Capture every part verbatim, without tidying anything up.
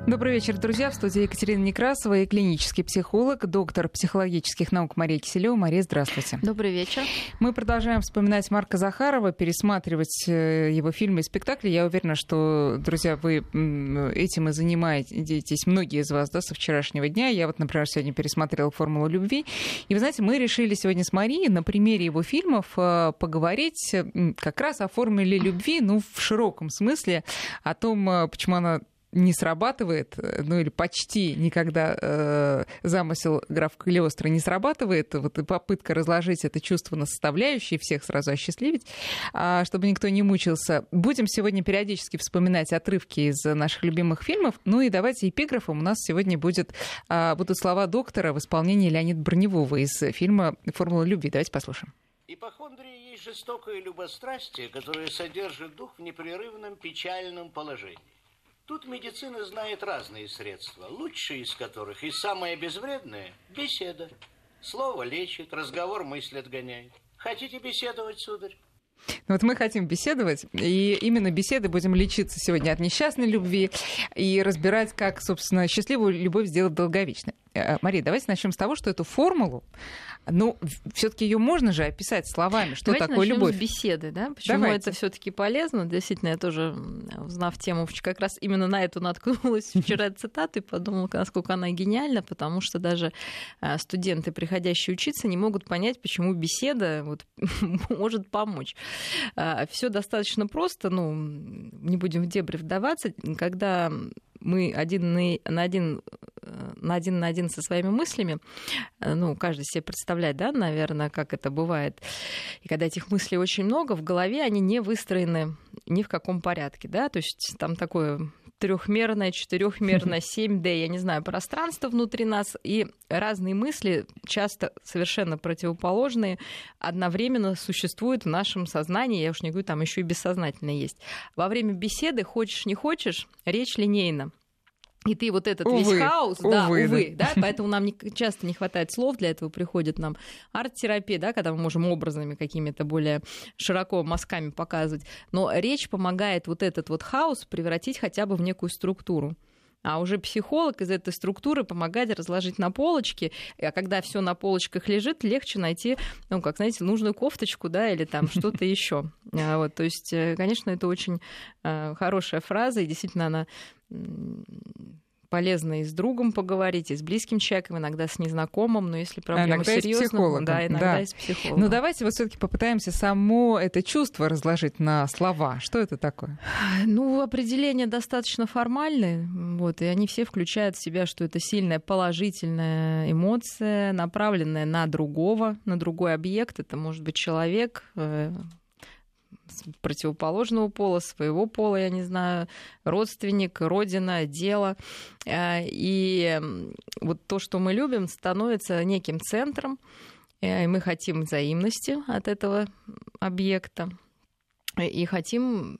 Добрый вечер, друзья. В студии Екатерина Некрасова и клинический психолог, доктор психологических наук Мария Киселева. Мария, здравствуйте. Добрый вечер. Мы продолжаем вспоминать Марка Захарова, пересматривать его фильмы и спектакли. Я уверена, что, друзья, вы этим и занимаетесь, многие из вас, да, со вчерашнего дня. Я вот, например, сегодня пересмотрела «Формулу любви». И вы знаете, мы решили сегодня с Марией на примере его фильмов поговорить как раз о формуле любви, ну, в широком смысле, о том, почему она не срабатывает, ну или почти никогда э, замысел графа Калиостро не срабатывает, вот и попытка разложить это чувство на составляющие, всех сразу осчастливить, а, чтобы никто не мучился. Будем сегодня периодически вспоминать отрывки из наших любимых фильмов, ну и давайте эпиграфом у нас сегодня будет, а, будут слова доктора в исполнении Леонида Броневого из фильма «Формула любви». Давайте послушаем. Ипохондрия есть жестокое любострастие, которое содержит дух в непрерывном печальном положении. Тут медицина знает разные средства, лучшие из которых и самое безвредное – беседа. Слово лечит, разговор мысль отгоняет. Хотите беседовать, сударь? Вот мы хотим беседовать, и именно беседы будем лечиться сегодня от несчастной любви и разбирать, как, собственно, счастливую любовь сделать долговечной. Мария, давайте начнем с того, что эту формулу, ну, все-таки ее можно же описать словами, что давайте такое любовь. С беседы, да? Почему давайте. Это все-таки полезно? Действительно, я тоже, узнав тему, как раз именно на эту наткнулась вчера цитату и подумала, насколько она гениальна, потому что даже студенты, приходящие учиться, не могут понять, почему беседа вот, может помочь. Все достаточно просто, ну, не будем в дебри вдаваться, когда мы один на один, на один на один со своими мыслями, ну, каждый себе представляет, да, наверное, как это бывает. И когда этих мыслей очень много, в голове они не выстроены ни в каком порядке, да, то есть там такое трехмерное, четырехмерное, семь дэ, я не знаю, пространство внутри нас, и разные мысли, часто совершенно противоположные, одновременно существуют в нашем сознании, я уж не говорю, там еще и бессознательно есть. Во время беседы, хочешь не хочешь, речь линейна. И ты вот этот увы, весь хаос, увы, да, увы, да, поэтому нам не, часто не хватает слов, для этого приходит нам арт-терапия, да, когда мы можем образами какими-то более широко мазками показывать. Но речь помогает вот этот вот хаос превратить хотя бы в некую структуру. А уже психолог из этой структуры помогает разложить на полочке, а когда все на полочках лежит, легче найти, ну, как, знаете, нужную кофточку, да, или там что-то еще. Вот, то есть, конечно, это очень хорошая фраза, и действительно она полезно и с другом поговорить, и с близким человеком, иногда с незнакомым, но если проблема серьезная, да, иногда да. и с психологом. Ну, давайте вот все-таки попытаемся само это чувство разложить на слова. Что это такое? Ну, определения достаточно формальные, вот, и они все включают в себя, что это сильная положительная эмоция, направленная на другого, на другой объект. Это может быть человек, противоположного пола, своего пола, я не знаю, родственник, родина, дело. И вот то, что мы любим, становится неким центром, и мы хотим взаимности от этого объекта, и хотим...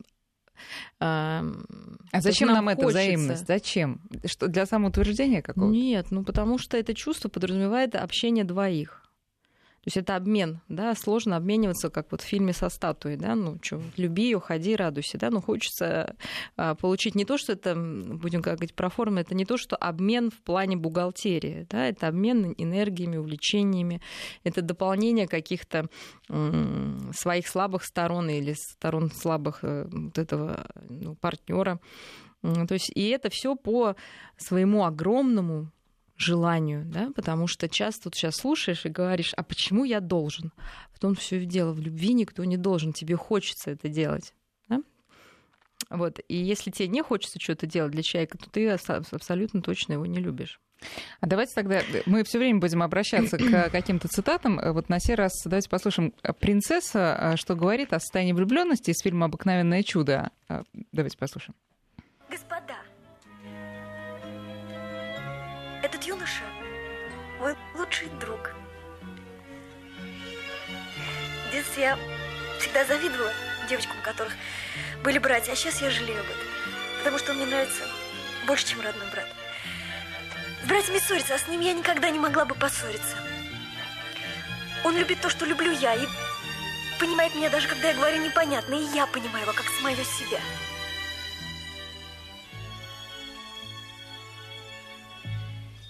А зачем нам, нам эта взаимность? Зачем? Что, для самоутверждения какого-то? Нет, ну потому что это чувство подразумевает общение двоих. То есть это обмен, да, сложно обмениваться, как вот в фильме со статуей, да, ну что, люби, уходи, радуйся, да, но хочется а, получить не то, что это, будем говорить про форму, это не то, что обмен в плане бухгалтерии, да, это обмен энергиями, увлечениями, это дополнение каких-то м- своих слабых сторон или сторон слабых э, вот этого ну, партнера, то есть и это все по своему огромному желанию, да, потому что часто вот сейчас слушаешь и говоришь, а почему я должен? В том все дело, в любви никто не должен, тебе хочется это делать. Да? Вот. И если тебе не хочется что-то делать для человека, то ты абсолютно точно его не любишь. А давайте тогда, мы все время будем обращаться к каким-то цитатам. Вот на сей раз давайте послушаем принцесса, что говорит о состоянии влюбленности из фильма «Обыкновенное чудо». Давайте послушаем. Господа, этот юноша мой лучший друг. В детстве я всегда завидовала девочкам, у которых были братья, а сейчас я жалею об этом, потому что он мне нравится больше, чем родной брат. С братьями ссориться, а с ним я никогда не могла бы поссориться. Он любит то, что люблю я, и понимает меня даже, когда я говорю непонятно, и я понимаю его, как самого себя.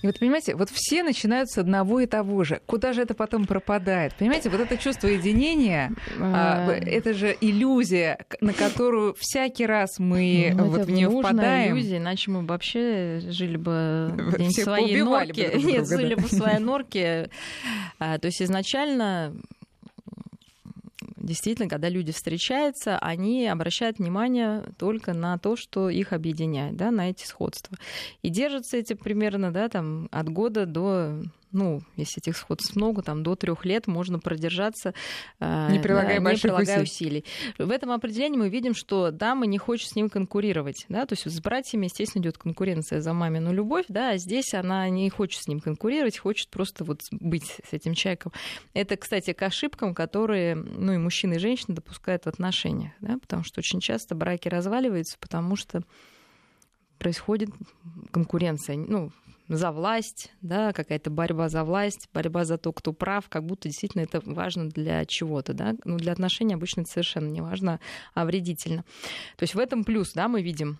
И вот, понимаете, вот все начинают с одного и того же. Куда же это потом пропадает? Понимаете, вот это чувство единения, это же иллюзия, на которую всякий раз мы ну, вот в нее впадаем. Иллюзия, иначе мы бы вообще жили бы в все своей норке. Бы друг Нет, друга, жили да. бы в своей норке. То есть изначально... Действительно, когда люди встречаются, они обращают внимание только на то, что их объединяет, да, на эти сходства. И держатся эти примерно, да, там, от года до, ну, если этих сходств много, там, до трех лет можно продержаться, не прилагая, да, больших не прилагая усилий. усилий. В этом определении мы видим, что дама не хочет с ним конкурировать, да, то есть с братьями, естественно, идет конкуренция за мамину любовь, да, а здесь она не хочет с ним конкурировать, хочет просто вот быть с этим человеком. Это, кстати, к ошибкам, которые, ну, и мужчины, и женщины допускают в отношениях, да, потому что очень часто браки разваливаются, потому что происходит конкуренция, ну, за власть, да, какая-то борьба за власть, борьба за то, кто прав, как будто действительно это важно для чего-то, да, ну, для отношений обычно это совершенно не важно, а вредительно. То есть в этом плюс, да, мы видим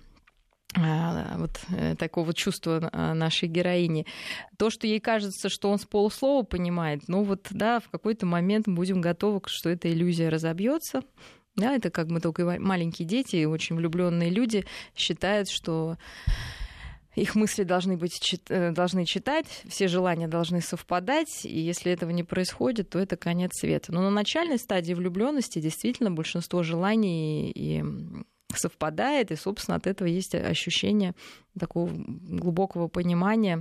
вот такого чувства нашей героини. То, что ей кажется, что он с полуслова понимает, ну вот, да, в какой-то момент мы будем готовы, что эта иллюзия разобьется. Да, это как мы только маленькие дети, очень влюбленные люди считают, что их мысли должны быть, должны читать, все желания должны совпадать, и если этого не происходит, то это конец света. Но на начальной стадии влюбленности действительно большинство желаний и совпадает, и, собственно, от этого есть ощущение такого глубокого понимания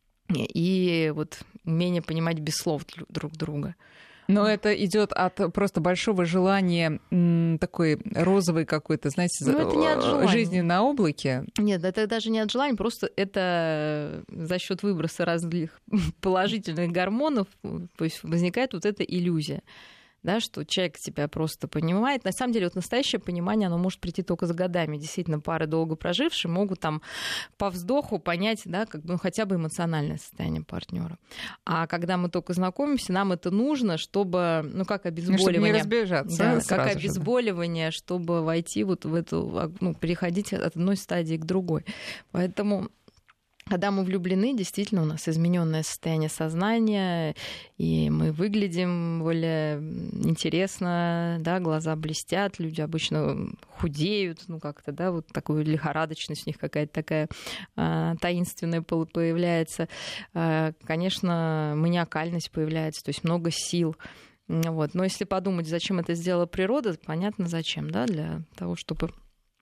и вот умение понимать без слов друг друга. Но это идет от просто большого желания такой розовой какой-то, знаете, ну, жизни на облаке. Нет, это даже не от желания, просто это за счет выброса разных положительных гормонов, то есть возникает вот эта иллюзия. Да, что человек тебя просто понимает. На самом деле, вот настоящее понимание, оно может прийти только с годами. Действительно, пары, долго прожившие, могут там по вздоху понять, да, как бы, ну, хотя бы эмоциональное состояние партнера. А когда мы только знакомимся, нам это нужно, чтобы, ну, как обезболивание. Чтобы не разбежаться. Да, как обезболивание, же. Чтобы войти вот в эту, ну, переходить от одной стадии к другой. Поэтому... Когда мы влюблены, действительно, у нас измененное состояние сознания, и мы выглядим более интересно, да, глаза блестят, люди обычно худеют, ну как-то, да, вот такую лихорадочность у них какая-то такая а, таинственная появляется. А, конечно, маниакальность появляется, то есть много сил. Вот. Но если подумать, зачем это сделала природа, понятно, зачем, да, для того, чтобы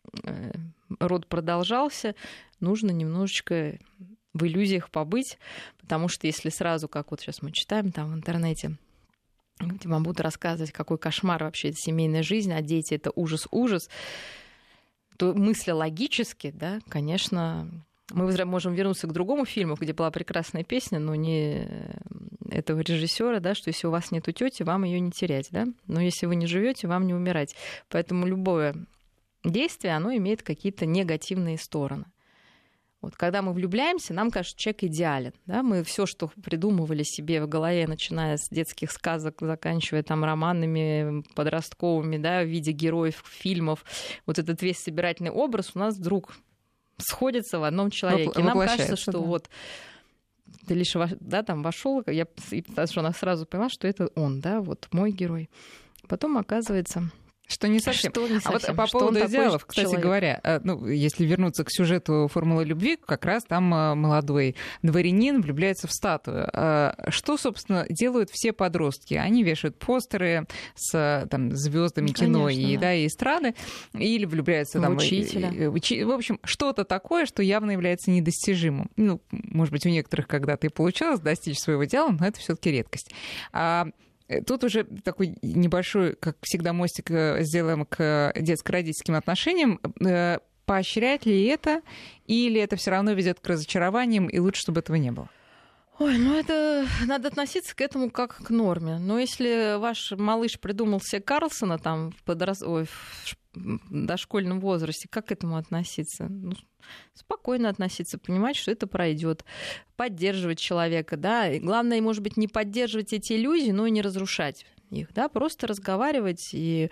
род продолжался, нужно немножечко в иллюзиях побыть, потому что если сразу, как вот сейчас мы читаем там в интернете, вам будут рассказывать, какой кошмар вообще это семейная жизнь, а дети — это ужас-ужас, то мысля логически, да, конечно, мы можем вернуться к другому фильму, где была прекрасная песня, но не этого режиссера, да, что если у вас нету тети, вам ее не терять, да, но если вы не живете, вам не умирать. Поэтому любое действие, оно имеет какие-то негативные стороны. Вот, когда мы влюбляемся, нам кажется, что человек идеален. Да? Мы все, что придумывали себе в голове, начиная с детских сказок, заканчивая там романами подростковыми, да, в виде героев фильмов, вот этот весь собирательный образ у нас вдруг сходится в одном человеке. И нам кажется, что да. вот ты лишь да, там вошел, я сразу поняла, что это он, да, вот мой герой. Потом оказывается... Что не совсем. Что не совсем. А вот по что поводу идеалов, кстати человек. говоря, ну, если вернуться к сюжету «Формулы любви», как раз там молодой дворянин влюбляется в статую. Что, собственно, делают все подростки? Они вешают постеры с там, звездами ну, кино конечно, и, да. Да, и эстрады, или влюбляются там, в учителя. В, в общем, что-то такое, что явно является недостижимым. Ну, может быть, у некоторых когда-то и получалось достичь своего идеала, но это все-таки редкость. Тут уже такой небольшой, как всегда, мостик сделаем к детско-родительским отношениям. Поощряет ли это, или это все равно ведет к разочарованиям, и лучше, чтобы этого не было? Ой, ну это надо относиться к этому как к норме. Но если ваш малыш придумал себе Карлсона там в, подрос... Ой, в дошкольном возрасте, как к этому относиться? Ну, спокойно относиться, понимать, что это пройдет, поддерживать человека, да. И главное, может быть, не поддерживать эти иллюзии, но и не разрушать их, да, просто разговаривать и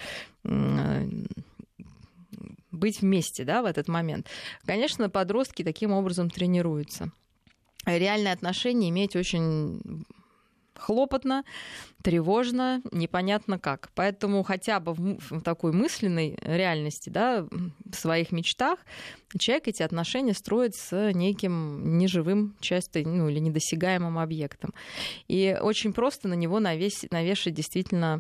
быть вместе, да, в этот момент. Конечно, подростки таким образом тренируются. реальные отношения иметь очень хлопотно, тревожно, непонятно как. Поэтому хотя бы в, в такой мысленной реальности, да, в своих мечтах человек эти отношения строит с неким неживым, часто, ну, или недосягаемым объектом. И очень просто на него навесить, навешать действительно,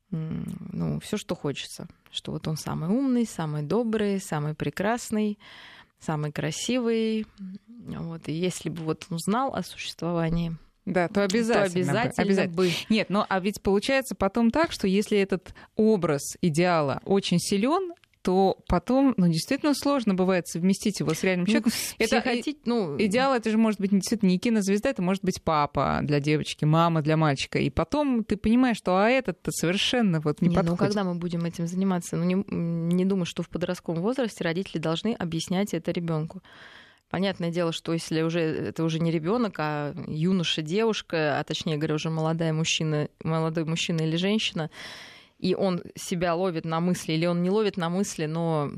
ну, все, что хочется. Что вот он самый умный, самый добрый, самый прекрасный, самый красивый. Вот. И если бы вот он знал о существовании, да, то обязательно, то обязательно, бы, обязательно бы. Нет, но а ведь получается потом так, что если этот образ идеала очень силен, то потом, ну, действительно сложно бывает совместить его с реальным человеком. Ну, это хотите, ну... идеал, это же может быть действительно не кинозвезда, это может быть папа для девочки, мама для мальчика. И потом ты понимаешь, что а этот-то совершенно вот не, не подходит. Ну, когда мы будем этим заниматься? Ну, не, не думаю, что в подростковом возрасте родители должны объяснять это ребенку. Понятное дело, что если уже это уже не ребенок, а юноша, девушка, а точнее говоря, уже молодая мужчина, молодой мужчина или женщина, и он себя ловит на мысли, или он не ловит на мысли, но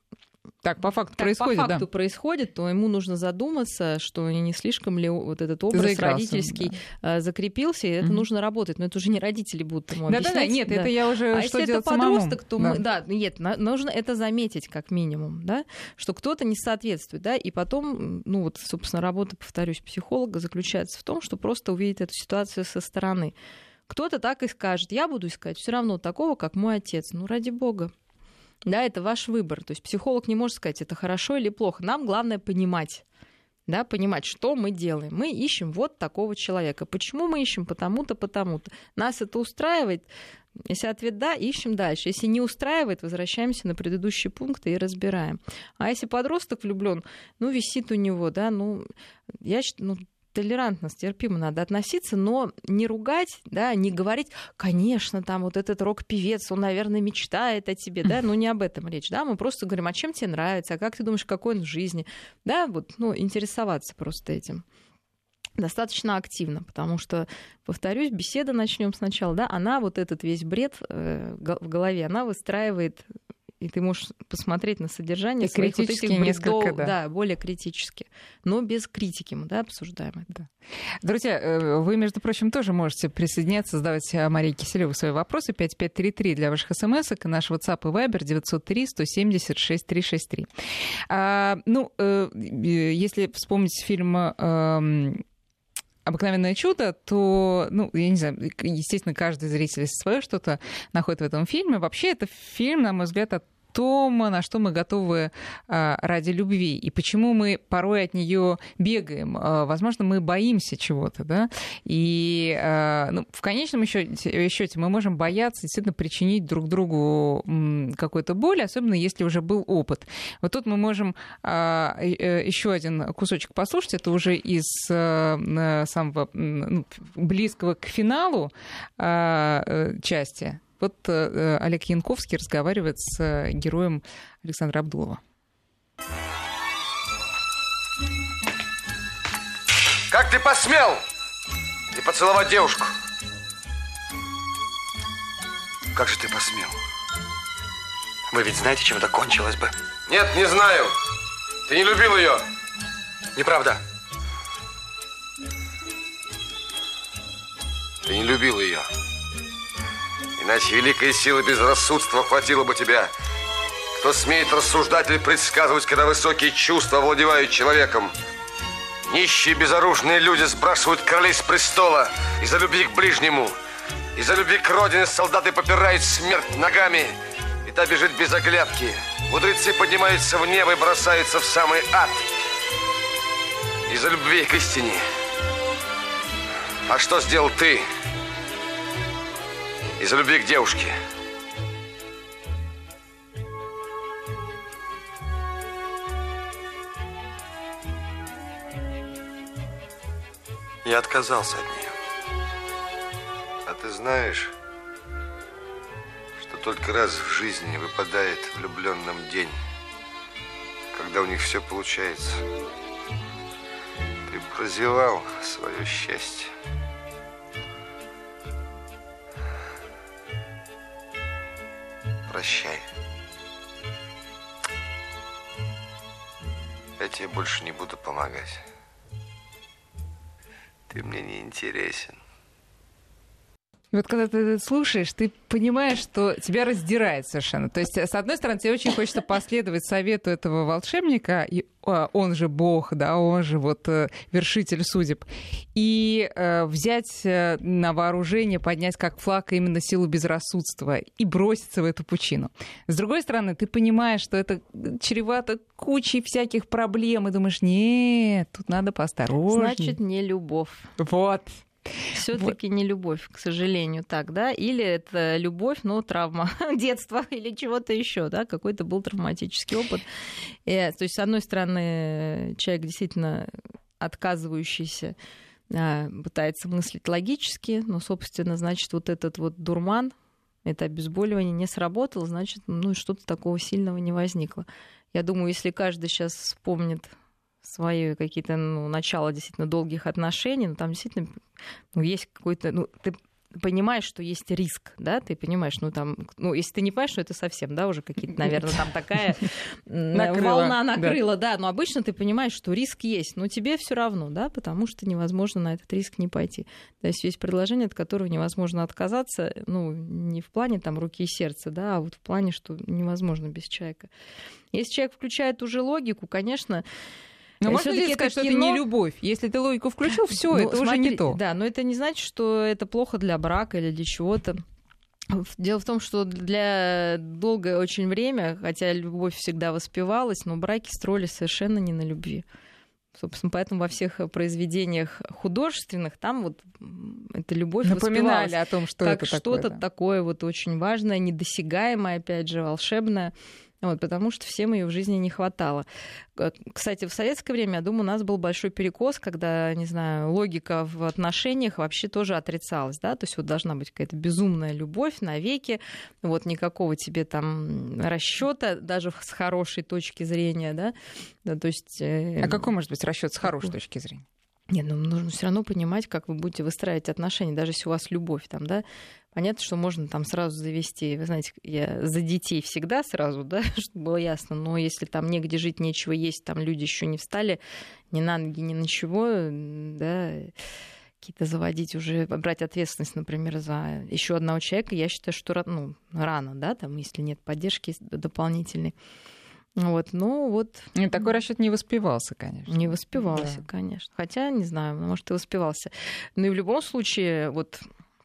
так по факту так происходит, по факту да. происходит, то ему нужно задуматься, что не слишком ли вот этот образ Заигрался, родительский да. закрепился, и это mm-hmm. нужно работать. Но это уже не родители будут ему да, объяснять. Да-да-да, нет, да. это я уже а что если делать это подросток, самому? то да. мы, да, нет, нужно это заметить как минимум, да, что кто-то не соответствует, да, и потом, ну вот, собственно, работа, повторюсь, психолога заключается в том, что просто увидеть эту ситуацию со стороны. Кто-то так и скажет: я буду искать все равно такого, как мой отец. Ну, ради бога. Да, это ваш выбор. То есть психолог не может сказать, это хорошо или плохо. Нам главное понимать, да, понимать, что мы делаем. Мы ищем вот такого человека. Почему мы ищем? Потому-то, потому-то. Нас это устраивает? Если ответ да, ищем дальше. Если не устраивает, возвращаемся на предыдущие пункты и разбираем. А если подросток влюблен, ну, висит у него, да, ну, я считаю, ну, толерантно, терпимо надо относиться, но не ругать, да, не говорить, конечно, там вот этот рок-певец, он, наверное, мечтает о тебе, да, но не об этом речь, да, мы просто говорим, а чем тебе нравится, а как ты думаешь, какой он в жизни, да, вот, ну, интересоваться просто этим достаточно активно, потому что, повторюсь, беседа, начнем сначала, да, она вот этот весь бред э, в голове, она выстраивает, и ты можешь посмотреть на содержание и своих вот этих бредов, да. да, более критически, но без критики мы, да, обсуждаем это. Да. Друзья, вы, между прочим, тоже можете присоединяться, задавать Марии Киселёвой свои вопросы. пять пять три три для ваших смс-ок, и наш WhatsApp и Viber девятьсот три сто семьдесят шесть триста шестьдесят три. А, ну, если вспомнить фильм «Обыкновенное чудо», то, ну, я не знаю, естественно, каждый зритель свое что-то находит в этом фильме. Вообще, это фильм, на мой взгляд, о том, на что мы готовы а, ради любви, и почему мы порой от нее бегаем. А, возможно, мы боимся чего-то, да, и а, ну, в конечном счете, счете мы можем бояться действительно причинить друг другу м, какую-то боль, особенно если уже был опыт. Вот тут мы можем а, еще один кусочек послушать, это уже из а, самого ну, близкого к финалу а, части. Вот э, Олег Янковский разговаривает с э, героем Александра Абдулова. Как ты посмел не поцеловать девушку? Как же ты посмел? Вы ведь знаете, чем это кончилось бы? Нет, не знаю. Ты не любил ее. Неправда. Ты не любил ее. Иначе великой силы безрассудства хватило бы тебя. Кто смеет рассуждать или предсказывать, когда высокие чувства овладевают человеком? Нищие безоружные люди сбрасывают королей с престола из-за любви к ближнему. Из-за любви к родине солдаты попирают смерть ногами, и та бежит без оглядки. Мудрецы поднимаются в небо и бросаются в самый ад. Из-за любви к истине. А что сделал ты? Из-за любви к девушке. Я отказался от нее. А ты знаешь, что только раз в жизни выпадает влюбленным день, когда у них все получается. Ты прозевал свое счастье. Прощай. Я тебе больше не буду помогать. Ты мне не интересен. И вот когда ты это слушаешь, ты понимаешь, что тебя раздирает совершенно. То есть, с одной стороны, тебе очень хочется последовать совету этого волшебника, и, а, он же бог, да, он же вот вершитель судеб, и э, взять на вооружение, поднять как флаг именно силу безрассудства и броситься в эту пучину. С другой стороны, ты понимаешь, что это чревато кучей всяких проблем, и думаешь, нет, тут надо поосторожнее. Значит, не любовь. Вот. Все-таки вот. Не любовь, к сожалению, так, да? Или это любовь, но травма детства или чего-то еще, да? Какой-то был травматический опыт. И, то есть, с одной стороны, человек действительно отказывающийся пытается мыслить логически, но, собственно, значит, вот этот вот дурман, это обезболивание не сработало, значит, ну, что-то такого сильного не возникло. Я думаю, если каждый сейчас вспомнит свои какие-то, ну, начало действительно долгих отношений, но там действительно, ну, есть какой-то, ну, ты понимаешь, что есть риск, да, ты понимаешь, ну, там, ну, если ты не понимаешь, что это совсем, да, уже какие-то, наверное, там такая волна накрыла, да, но обычно ты понимаешь, что риск есть, но тебе все равно, да, потому что невозможно на этот риск не пойти. То есть есть предложение, от которого невозможно отказаться, ну, не в плане там руки и сердца, да, а вот в плане, что невозможно без человека. Если человек включает уже логику, конечно. Но можно ли сказать, что кино... это не любовь? Если ты логику включил, все, ну, это смотри, уже не то. Да, но это не значит, что это плохо для брака или для чего-то. Дело в том, что для долгое очень время, хотя любовь всегда воспевалась, но браки строились совершенно не на любви. Собственно, поэтому во всех произведениях художественных там вот эта любовь напоминали воспевалась о том, что как это что-то такое, да. такое вот очень важное, недосягаемое, опять же, волшебное. Вот, потому что всем ее в жизни не хватало. Кстати, в советское время, я думаю, у нас был большой перекос, когда, не знаю, логика в отношениях вообще тоже отрицалась, да, то есть вот должна быть какая-то безумная любовь навеки, вот никакого тебе там расчета, даже с хорошей точки зрения, да, да, то есть... А какой может быть расчет с хорошей какой? Точки зрения? Нет, ну нужно все равно понимать, как вы будете выстраивать отношения, даже если у вас любовь там, да. Понятно, что можно там сразу завести, вы знаете, я за детей всегда сразу, да, чтобы было ясно, но если там негде жить, нечего есть, там люди еще не встали ни на ноги, ни на чего, да, какие-то заводить уже, брать ответственность, например, за еще одного человека, я считаю, что ну, рано, да, там, если нет поддержки дополнительной. Вот, ну вот. И такой расчет не воспевался, конечно. Не воспевался, да. Конечно. Хотя, не знаю, может, и воспевался. Но и в любом случае, вот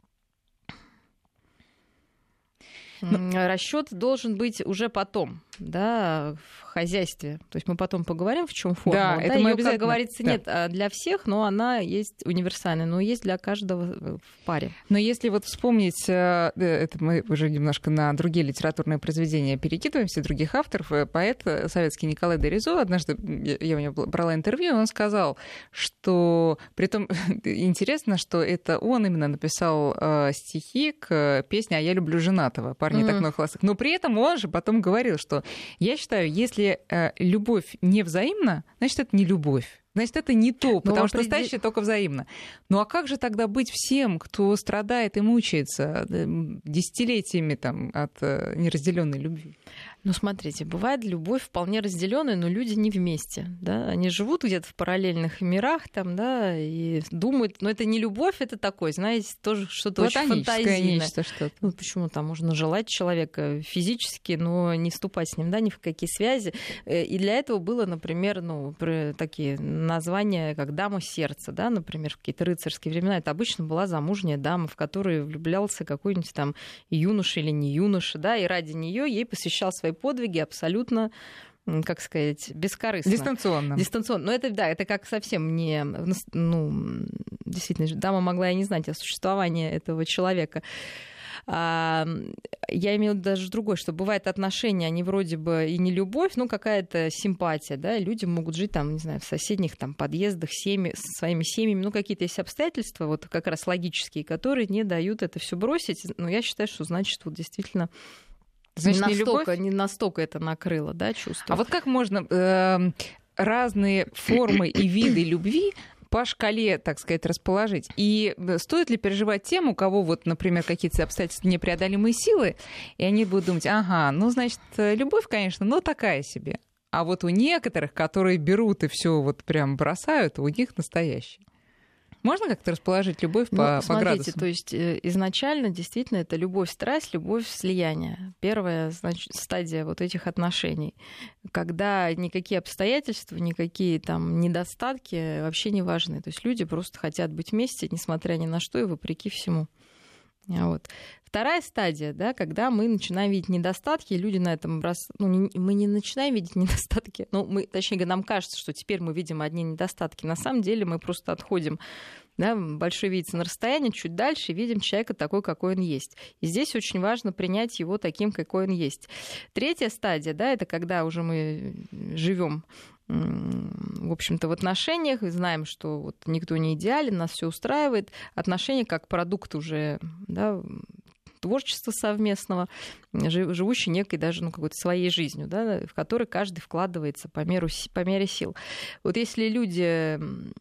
Но... расчет должен быть уже потом, да, в хозяйстве. То есть мы потом поговорим, в чем форма. Да, да, это её, мы обязательно... как говорится, да. нет для всех, но она есть универсальная, но есть для каждого в паре. Но если вот вспомнить, это мы уже немножко на другие литературные произведения перекидываемся, других авторов, поэт советский Николай де Ризо, однажды я у него брала интервью, он сказал, что, притом интересно, что это он именно написал стихи к песне «А я люблю женатого», парни mm-hmm. так много холостых. Но при этом он же потом говорил, что я считаю, если э, любовь не взаимна, значит, это не любовь. Значит, это не то, потому Но что определ... настоящее только взаимно. Ну а как же тогда быть всем, кто страдает и мучается десятилетиями там, от э, неразделенной любви? Ну, смотрите, бывает любовь вполне разделенная, но люди не вместе, да, они живут где-то в параллельных мирах, там, да, и думают, но это не любовь, это такое, знаете, тоже что-то очень фантазийное. Нечто, что-то. Ну, почему там можно желать человека физически, но не вступать с ним, да, ни в какие связи. И для этого было, например, ну, такие названия, как «Дама сердца», да, например, в какие-то рыцарские времена. Это обычно была замужняя дама, в которую влюблялся какой-нибудь там юноша или не юноша, да, и ради нее ей посвящал свои подвиги абсолютно, как сказать, бескорыстно. Дистанционно. Дистанционно. Но это, да, это как совсем не... Ну, действительно, дама могла и не знать о существовании этого человека. Я имею в виду даже другое, что бывают отношения, они вроде бы и не любовь, но какая-то симпатия, да, люди могут жить там, не знаю, в соседних там подъездах семьи, со своими семьями, ну какие-то есть обстоятельства, вот как раз логические, которые не дают это все бросить, но я считаю, что значит вот действительно Значит, не, настолько, не настолько это накрыло, да, чувство. А вот как можно э, разные формы и виды любви по шкале, так сказать, расположить? И стоит ли переживать тем, у кого, вот, например, какие-то обстоятельства непреодолимые силы, и они будут думать, ага, ну, значит, любовь, конечно, но такая себе. А вот у некоторых, которые берут и все вот прям бросают, у них настоящий. Можно как-то расположить любовь Ну, по, по смотрите, градусам? то есть э, изначально действительно это любовь, страсть, любовь, слияние. Первая, значит, стадия вот этих отношений, когда никакие обстоятельства, никакие там недостатки вообще не важны. То есть люди просто хотят быть вместе, несмотря ни на что и вопреки всему. Вот. Вторая стадия, да, когда мы начинаем видеть недостатки, и люди на этом раз, ну, не, мы не начинаем видеть недостатки, ну, мы, точнее, нам кажется, что теперь мы видим одни недостатки. На самом деле мы просто отходим, да, большой видится на расстоянии, чуть дальше, и видим человека такой, какой он есть. И здесь очень важно принять его таким, какой он есть. Третья стадия, да, это когда уже мы живем, в общем-то, в отношениях, и знаем, что вот никто не идеален, нас все устраивает. Отношения как продукт уже, да, творчества совместного, живущий некой даже, ну, какой-то своей жизнью, да, в которой каждый вкладывается по, меру, по мере сил. Вот если люди,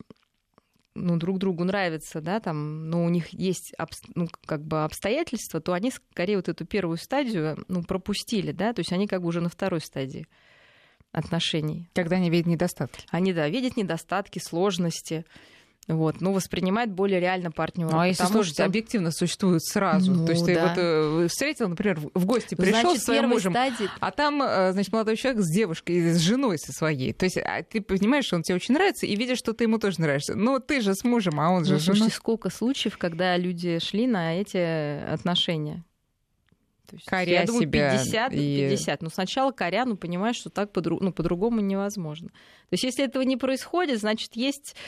ну, друг другу нравятся, да, там, но у них есть, ну, как бы обстоятельства, то они скорее вот эту первую стадию, ну, пропустили, да, то есть они как бы уже на второй стадии отношений. Когда они видят недостатки. Они, да, видят недостатки, сложности, вот, ну, воспринимают более реально партнера. Ну, а если, слушайте, что... объективно существует сразу, ну, то есть да. ты вот встретил, например, в гости пришел со своим мужем, стадии... а там, значит, молодой человек с девушкой, с женой со своей. То есть а ты понимаешь, что он тебе очень нравится, и видишь, что ты ему тоже нравишься. Но ты же с мужем, а он же ну, с женой. Слушайте, сколько случаев, когда люди шли на эти отношения. То есть, коря я думаю, себя пятьдесят, и... пятьдесят. Но сначала коря, ну, понимаешь, что так по-друг... ну, по-другому невозможно. То есть если этого не происходит, значит, есть...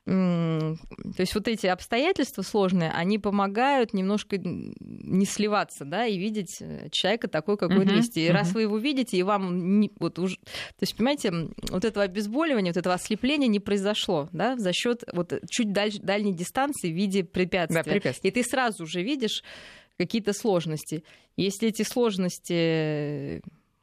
То есть вот эти обстоятельства сложные, они помогают немножко не сливаться, да, и видеть человека такой, какой он uh-huh, есть. И uh-huh. раз вы его видите, и вам... Не... Вот уже... То есть, понимаете, вот этого обезболивания, вот этого ослепления не произошло, да, за счет вот чуть даль... дальней дистанции в виде препятствия. Да, препятствия. И ты сразу же видишь какие-то сложности. Если эти сложности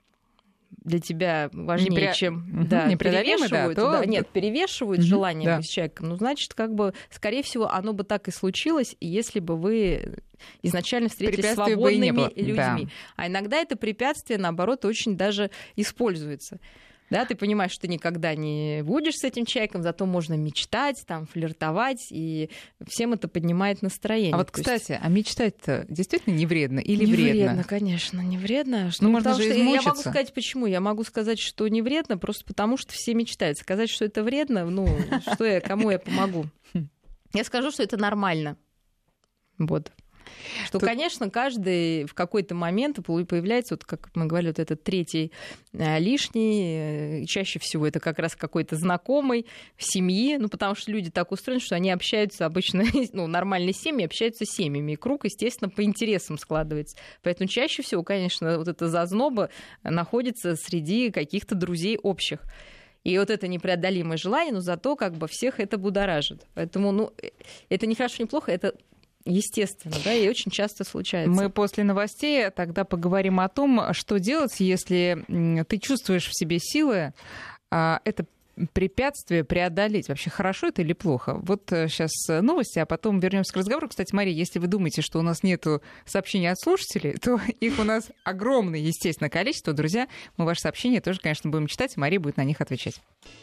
для тебя важнее, Непре... чем угу. да, непреодолимы, перевешивают, да, то... да, нет, перевешивают угу, желание да. быть с человеком, ну, значит, как бы, скорее всего, оно бы так и случилось, если бы вы изначально встретились с свободными людьми. Да. А иногда это препятствие, наоборот, очень даже используется. Да, ты понимаешь, что ты никогда не будешь с этим человеком, зато можно мечтать, там, флиртовать, и всем это поднимает настроение. А вот, То кстати, есть... а мечтать-то действительно не вредно или не вредно? Не вредно, конечно, не вредно. Ну, можно же измучиться. Я могу сказать, почему. Я могу сказать, что не вредно, просто потому что все мечтают. Сказать, что это вредно, ну, что я, кому я помогу? Я скажу, что это нормально. Вот. Что, Тут... конечно, каждый в какой-то момент появляется, вот как мы говорили, вот этот третий э, лишний, э, чаще всего это как раз какой-то знакомый в семье, ну, потому что люди так устроены, что они общаются обычно, ну, нормальные семьи общаются с семьями, и круг, естественно, по интересам складывается. Поэтому чаще всего, конечно, вот эта зазноба находится среди каких-то друзей общих. И вот это непреодолимое желание, но зато как бы всех это будоражит. Поэтому, ну, это не хорошо, не плохо, это естественно, да, и очень часто случается. Мы после новостей тогда поговорим о том, что делать, если ты чувствуешь в себе силы это препятствие преодолеть. Вообще, хорошо это или плохо? Вот сейчас новости, а потом вернемся к разговору. Кстати, Мария, если вы думаете, что у нас нету сообщений от слушателей, то их у нас огромное, естественно, количество. Друзья, мы ваши сообщения тоже, конечно, будем читать, и Мария будет на них отвечать.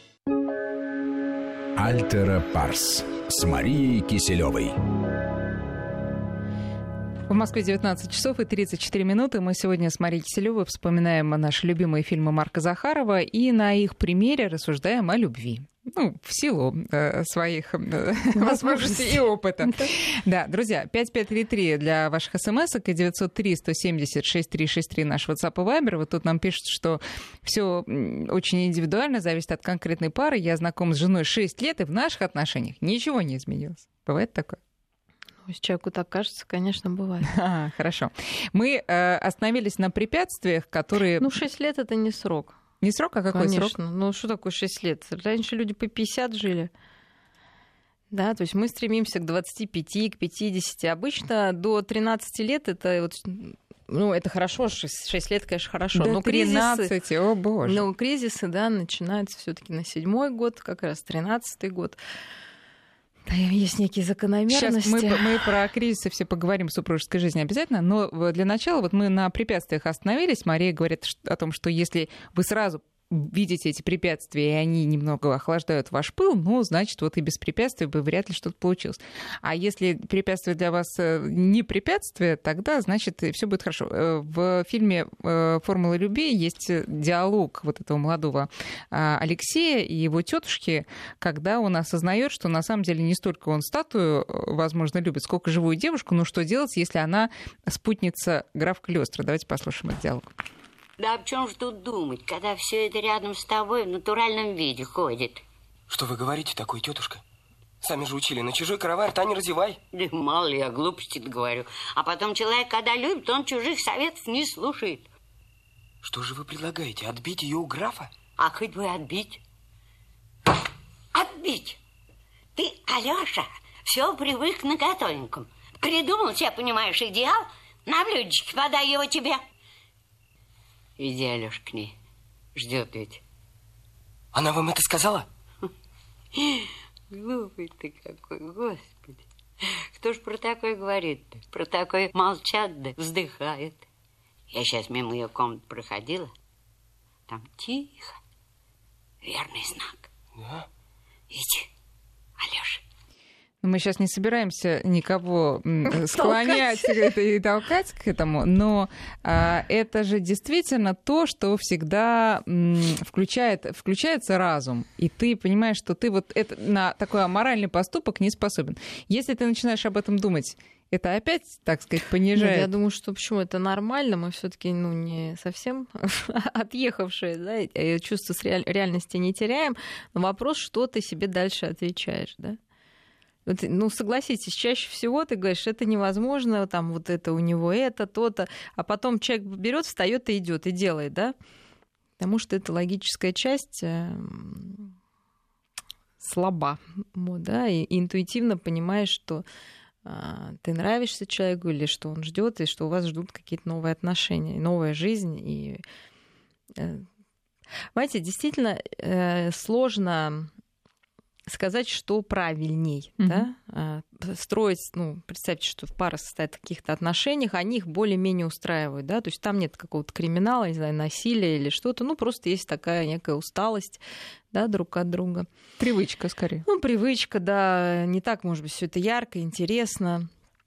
Альтера Парс с Марией Киселевой. В Москве девятнадцать часов и тридцать четыре минуты. Мы сегодня с Марией Киселевой вспоминаем наши любимые фильмы Марка Захарова и на их примере рассуждаем о любви. Ну, в силу э, своих э, возможностей и опыта. Да, друзья, пять пять три три для ваших смс-ок и девятьсот три сто семьдесят шесть триста шестьдесят три наш WhatsApp и Viber. Вот тут нам пишут, что все очень индивидуально, зависит от конкретной пары. Я знакома с женой шесть лет, и в наших отношениях ничего не изменилось. Бывает такое? Если человеку так кажется, конечно, бывает. А, хорошо. Мы э, остановились на препятствиях, которые... Ну, шесть лет — это не срок. Не срок, а какой конечно. срок? Ну, что такое шесть лет? Раньше люди по пятьдесят жили. Да, то есть мы стремимся к двадцати пяти, к пятидесяти. Обычно до тринадцати лет это вот... Ну, это хорошо, шесть лет, конечно, хорошо. До но тринадцати, кризисы, о боже. Но кризисы, да, начинаются все таки на седьмой год, как раз тринадцатый год. Да, есть некие закономерности. Сейчас мы, мы про кризисы все поговорим в супружеской жизни обязательно, но для начала вот мы на препятствиях остановились. Мария говорит о том, что если вы сразу видите эти препятствия, и они немного охлаждают ваш пыл, ну, значит, вот и без препятствий бы вряд ли что-то получилось. А если препятствие для вас не препятствие, тогда, значит, все будет хорошо. В фильме «Формула любви» есть диалог вот этого молодого Алексея и его тетушки, когда он осознает, что на самом деле не столько он статую, возможно, любит, сколько живую девушку, но что делать, если она спутница графа Калиостро? Давайте послушаем этот диалог. Да об чем же тут думать, когда все это рядом с тобой в натуральном виде ходит? Что вы говорите такое, тетушка? Сами же учили, на чужой каравай рта не разевай. Да мало ли, я глупости-то говорю. А потом человек, когда любит, он чужих советов не слушает. Что же вы предлагаете, отбить ее у графа? А хоть бы отбить. Отбить! Ты, Алёша, все привык на готовеньком. Придумал себе, понимаешь, идеал, на блюдечке подай его тебе. Иди, Алёша, к ней. Ждет ведь. Она вам это сказала? Глупый ты какой, Господи. Кто ж про такое говорит-то? Про такое молчат да вздыхает. Я сейчас мимо ее комнаты проходила. Там тихо. Верный знак. Да? Иди, Алёша. Мы сейчас не собираемся никого склонять и толкать к этому, но а, это же действительно то, что всегда м, включает, включается разум, и ты понимаешь, что ты вот это, на такой аморальный поступок не способен. Если ты начинаешь об этом думать, это опять, так сказать, понижает. Нет, я думаю, что почему это нормально, мы все-таки ну, не совсем отъехавшие, да, чувство реальности не теряем, но вопрос, что ты себе дальше отвечаешь, да? Вот, ну, согласитесь, чаще всего ты говоришь, это невозможно, там вот это у него это, то-то, а потом человек берет, встает и идет и делает, да? Потому что эта логическая часть э, слаба, вот, да, и интуитивно понимаешь, что э, ты нравишься человеку или что он ждет, и что у вас ждут какие-то новые отношения, новая жизнь. И, э, понимаете, действительно э, сложно сказать, что правильней, mm-hmm. да? Строить, ну, представьте, что пара состоит в каких-то отношениях, они их более-менее устраивают, да, то есть там нет какого-то криминала, не знаю, насилия или что-то, ну, просто есть такая некая усталость, да, друг от друга. Привычка, скорее. Ну, привычка, да, не так, может быть, все это ярко, интересно.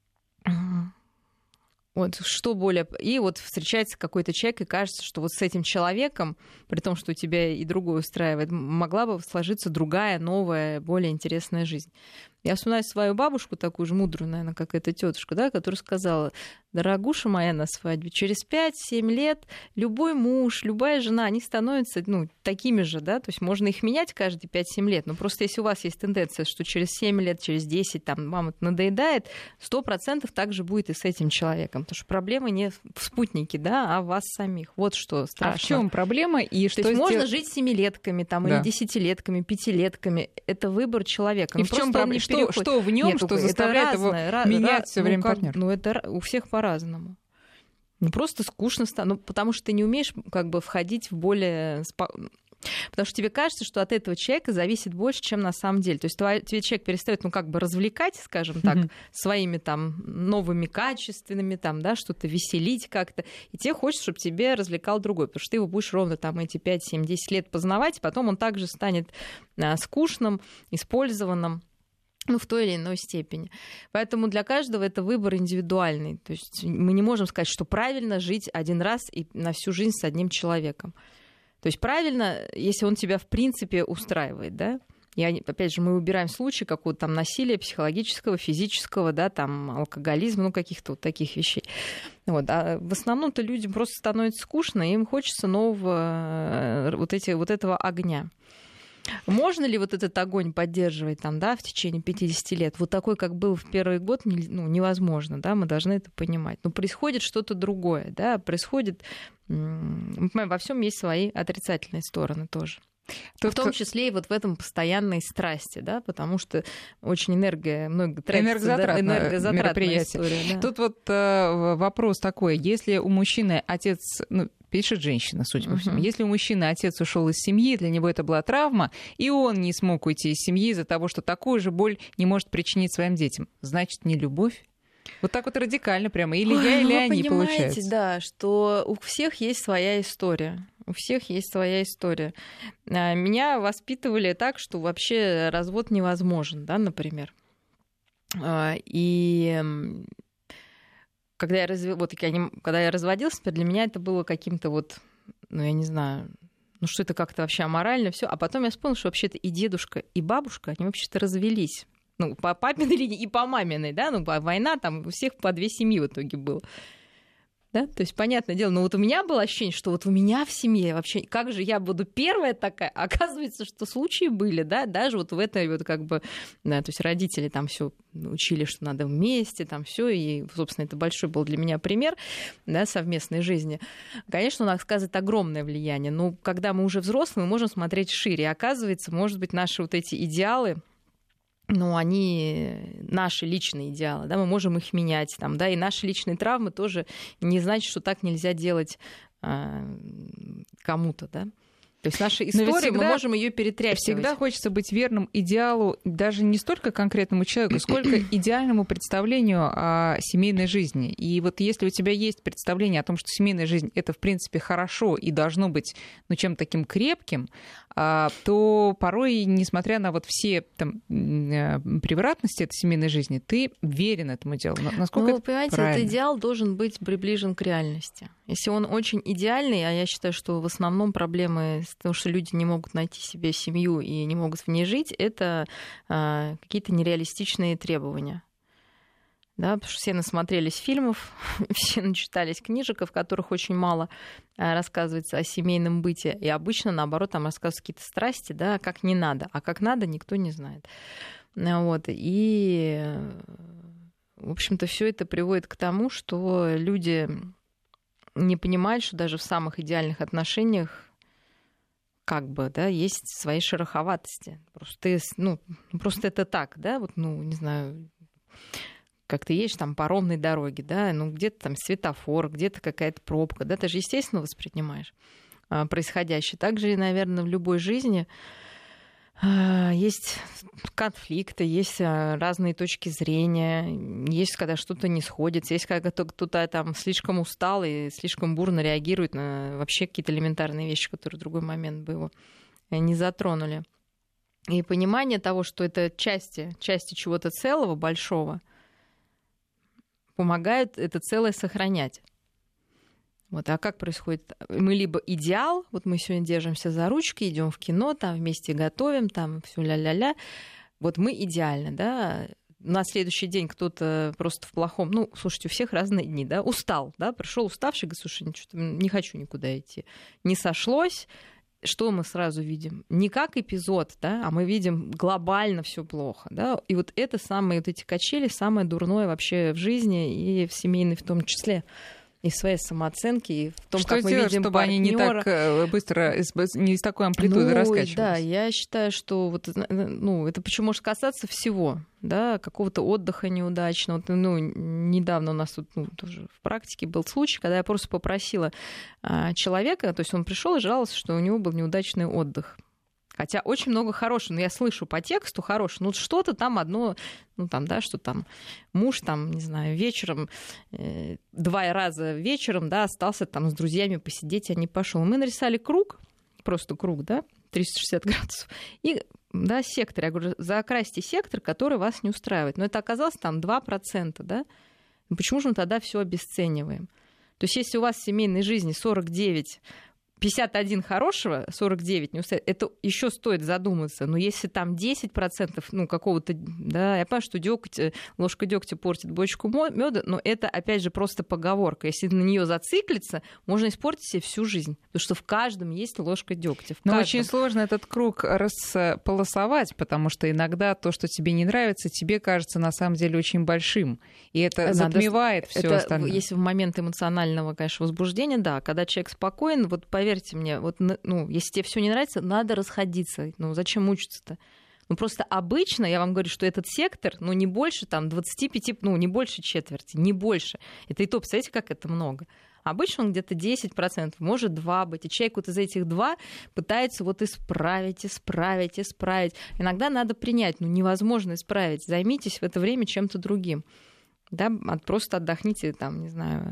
Вот, что более... И вот встречается какой-то человек, и кажется, что вот с этим человеком, при том, что у тебя и другое устраивает, могла бы сложиться другая, новая, более интересная жизнь. Я вспоминаю свою бабушку, такую же мудрую, наверное, как эта тетушка, да, которая сказала: дорогуша моя на свадьбе, через пять-семь лет любой муж, любая жена, они становятся, ну, такими же, да, то есть можно их менять каждые пять-семь лет, но просто если у вас есть тенденция, что через семь лет, через десять, там, вам это надоедает, сто процентов так же будет и с этим человеком, потому что проблема не в спутнике, да, а в вас самих. Вот что страшно. А в чем проблема? И что то есть сделать? Можно жить семилетками, там, да. или десятилетками, пятилетками. Это выбор человека. И в чем проблема? Что, что в нем, что заставляет его разное, менять ra- все время ну, как, партнера? Ну, это у всех по-разному. Ну, просто скучно становится. Ну, потому что ты не умеешь как бы входить в более... Потому что тебе кажется, что от этого человека зависит больше, чем на самом деле. То есть твой, тебе человек перестает, ну, как бы развлекать, скажем так, mm-hmm. своими там новыми качественными, там, да, что-то веселить как-то. И тебе хочется, чтобы тебе развлекал другой, потому что ты его будешь ровно там эти пять, семь, десять лет познавать, и потом он также станет а, скучным, использованным. Ну, в той или иной степени. Поэтому для каждого это выбор индивидуальный. То есть мы не можем сказать, что правильно жить один раз и на всю жизнь с одним человеком. То есть правильно, если он тебя в принципе устраивает, да? И опять же, мы выбираем случаи какого-то там насилия психологического, физического, да, там алкоголизма, ну, каких-то вот таких вещей. Вот. А в основном-то людям просто становится скучно, и им хочется нового вот, эти, вот этого огня. Можно ли вот этот огонь поддерживать там, да, в течение пятьдесят лет? Вот такой, как был в первый год, ну, невозможно, да, мы должны это понимать. Но происходит что-то другое, да, происходит... Мы понимаем, во всем есть свои отрицательные стороны тоже. Тут... В том числе и вот в этом постоянной страсти, да, потому что очень энерго, много тратится, энергозатратное, да, энергозатратная мероприятие. История, да. Тут вот э, вопрос такой: если у мужчины отец, ну, пишет женщина, судя по всему, uh-huh. если у мужчины отец ушел из семьи, для него это была травма, и он не смог уйти из семьи из-за того, что такую же боль не может причинить своим детям, значит, не любовь? Вот так вот радикально прямо. Или Ой, я, или вы они, понимаете, получается. Да, что у всех есть своя история. У всех есть своя история. Меня воспитывали так, что вообще развод невозможен, да, например. И когда я, разв... вот, когда я разводилась, для меня это было каким-то вот, ну, я не знаю, ну, что это как-то вообще аморально, все. А потом я вспомнила, что вообще-то и дедушка, и бабушка, они вообще-то развелись. Ну, по папиной линии и по маминой, да, ну, война, там у всех по две семьи в итоге было. Да? То есть, понятное дело, но вот у меня было ощущение, что вот у меня в семье вообще, как же я буду первая такая? Оказывается, что случаи были, да, даже вот в этой вот как бы, да, то есть родители там все учили, что надо вместе, там все, и, собственно, это большой был для меня пример, да, совместной жизни. Конечно, у нас оказывает огромное влияние, но когда мы уже взрослые, мы можем смотреть шире. Оказывается, может быть, наши вот эти идеалы, ну, они наши личные идеалы, да, мы можем их менять, там, да, и наши личные травмы тоже не значит, что так нельзя делать а, кому-то, да. То есть наша история, всегда, мы можем ее перетряхивать. Всегда хочется быть верным идеалу даже не столько конкретному человеку, сколько идеальному представлению о семейной жизни. И вот если у тебя есть представление о том, что семейная жизнь — это, в принципе, хорошо и должно быть, ну, чем-то таким крепким, то порой, несмотря на вот все там превратности этой семейной жизни, ты верен этому идеалу. Насколько ну, это понимаете, правильно? Этот идеал должен быть приближен к реальности. Если он очень идеальный, а я считаю, что в основном проблемы с тем, что люди не могут найти себе семью и не могут в ней жить, это а, какие-то нереалистичные требования. Да, потому что все насмотрелись фильмов, все начитались книжек, в которых очень мало рассказывается о семейном быте. И обычно, наоборот, там рассказывают какие-то страсти, да, как не надо. А как надо, никто не знает. Вот. И, в общем-то, все это приводит к тому, что люди не понимают, что даже в самых идеальных отношениях как бы, да, есть свои шероховатости. Просто, ну, просто это так, да, вот, ну, не знаю... как ты едешь там по ровной дороге, да, ну где-то там светофор, где-то какая-то пробка, да, ты же естественно воспринимаешь а, происходящее. Также, наверное, в любой жизни а, есть конфликты, есть а, разные точки зрения, есть когда что-то не сходится, есть когда кто-то там слишком устал и слишком бурно реагирует на вообще какие-то элементарные вещи, которые в другой момент бы его не затронули. И понимание того, что это части, части чего-то целого, большого, помогают это целое сохранять. Вот. А как происходит? Мы либо идеал, вот мы сегодня держимся за ручки, идем в кино, там вместе готовим, там все ля-ля-ля. Вот мы идеально, да. На следующий день кто-то просто в плохом... Ну, слушайте, у всех разные дни, да. Устал, да, пришел уставший, говорит, слушай, что-то не хочу никуда идти. Не сошлось. Что мы сразу видим? Не как эпизод, да, а мы видим глобально все плохо, да, и вот это самые вот эти качели, самое дурное вообще в жизни и в семейной в том числе, и в своей самооценке, и в том, что как мы делать, видим чтобы партнёра. они не так быстро, не с такой амплитудой ну, раскачивались? Да, я считаю, что вот, ну, это почему может касаться всего, да, какого-то отдыха неудачного. Ну, недавно у нас тут ну, тоже в практике был случай, когда я просто попросила а, человека, то есть он пришел и жаловался, что у него был неудачный отдых. Хотя очень много хорошего, но я слышу по тексту хорошего, ну что-то там одно, ну там, да, что там муж там, не знаю, вечером, э, два раза вечером, да, остался там с друзьями посидеть, а не пошел. Мы нарисовали круг, просто круг, да, триста шестьдесят градусов, и, да, сектор. Я говорю, закрасьте сектор, который вас не устраивает. Но это оказалось там два процента, да. Ну, почему же мы тогда все обесцениваем? То есть если у вас в семейной жизни сорок девять пятьдесят один хорошего, сорок девять не устраивает, это еще стоит задуматься. Но если там десять процентов ну, какого-то... Да, я понимаю, что дёготь, ложка дегтя портит бочку меда, но это, опять же, просто поговорка. Если на нее зациклиться, можно испортить себе всю жизнь. Потому что в каждом есть ложка дегтя. Но очень сложно этот круг располосовать, потому что иногда то, что тебе не нравится, тебе кажется на самом деле очень большим. И это Надо... затмевает все остальное. Если в момент эмоционального, конечно, возбуждения, да. Когда человек спокоен, вот поверьте мне, вот, ну, если тебе все не нравится, надо расходиться. Ну, зачем мучиться-то? Ну, просто обычно, я вам говорю, что этот сектор, ну, не больше там двадцать пять, ну, не больше четверти, не больше. Это и то, представляете, как это много. Обычно он где-то десять процентов, может два быть. И человек вот из этих два пытается вот исправить, исправить, исправить. Иногда надо принять, ну, невозможно исправить. Займитесь в это время чем-то другим. Да, просто отдохните, там, не знаю,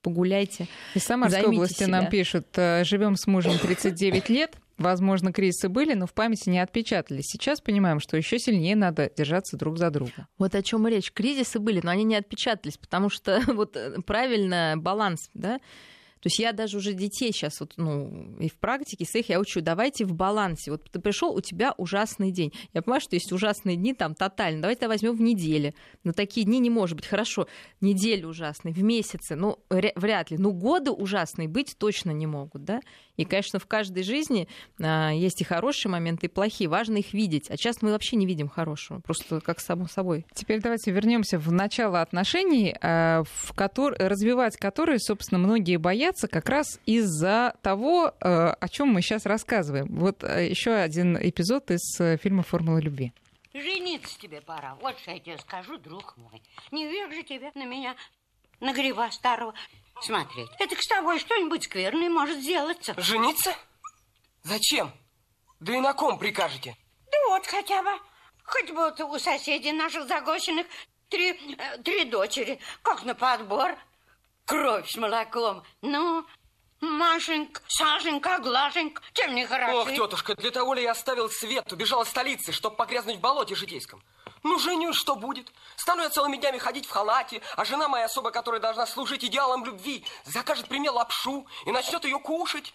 погуляйте. Из Самарской области себя. Нам пишут, живем с мужем тридцать девять лет, возможно, кризисы были, но в памяти не отпечатались. Сейчас понимаем, что еще сильнее надо держаться друг за друга. Вот о чем и речь. Кризисы были, но они не отпечатались, потому что вот правильно баланс, да. То есть я даже уже детей сейчас, вот, ну, и в практике с их я учу, давайте в балансе. Вот ты пришел, у тебя ужасный день. Я понимаю, что есть ужасные дни там тотально. Давайте возьмем в неделе. Но такие дни не может быть. Хорошо, неделя ужасная, в месяце, ну, вряд ли. Но годы ужасные быть точно не могут, да. И, конечно, в каждой жизни а, есть и хорошие моменты, и плохие. Важно их видеть. А часто мы вообще не видим хорошего. Просто как само собой. Теперь давайте вернемся в начало отношений, в котор... развивать которые, собственно, многие боятся как раз из-за того, о чем мы сейчас рассказываем. Вот еще один эпизод из фильма «Формула любви». Жениться тебе пора. Вот что я тебе скажу, друг мой. Не вижу же тебя на меня, на греба старого, смотреть. Это с тобой что-нибудь скверное может сделаться. Жениться? Зачем? Да и на ком прикажете? Да вот хотя бы. Хоть бы вот у соседей наших Загощиных три, э, три дочери. Как на подбор. Кровь с молоком. Ну, Машенька, Сашенька, Глашенька, чем не хороши? Ох, тетушка, для того ли я оставил свет, убежал из столицы, чтоб погрязнуть в болоте житейском? Ну, женюсь, что будет? Стану я целыми днями ходить в халате, а жена моя особа, которая должна служить идеалам любви, закажет при мне лапшу и начнет ее кушать.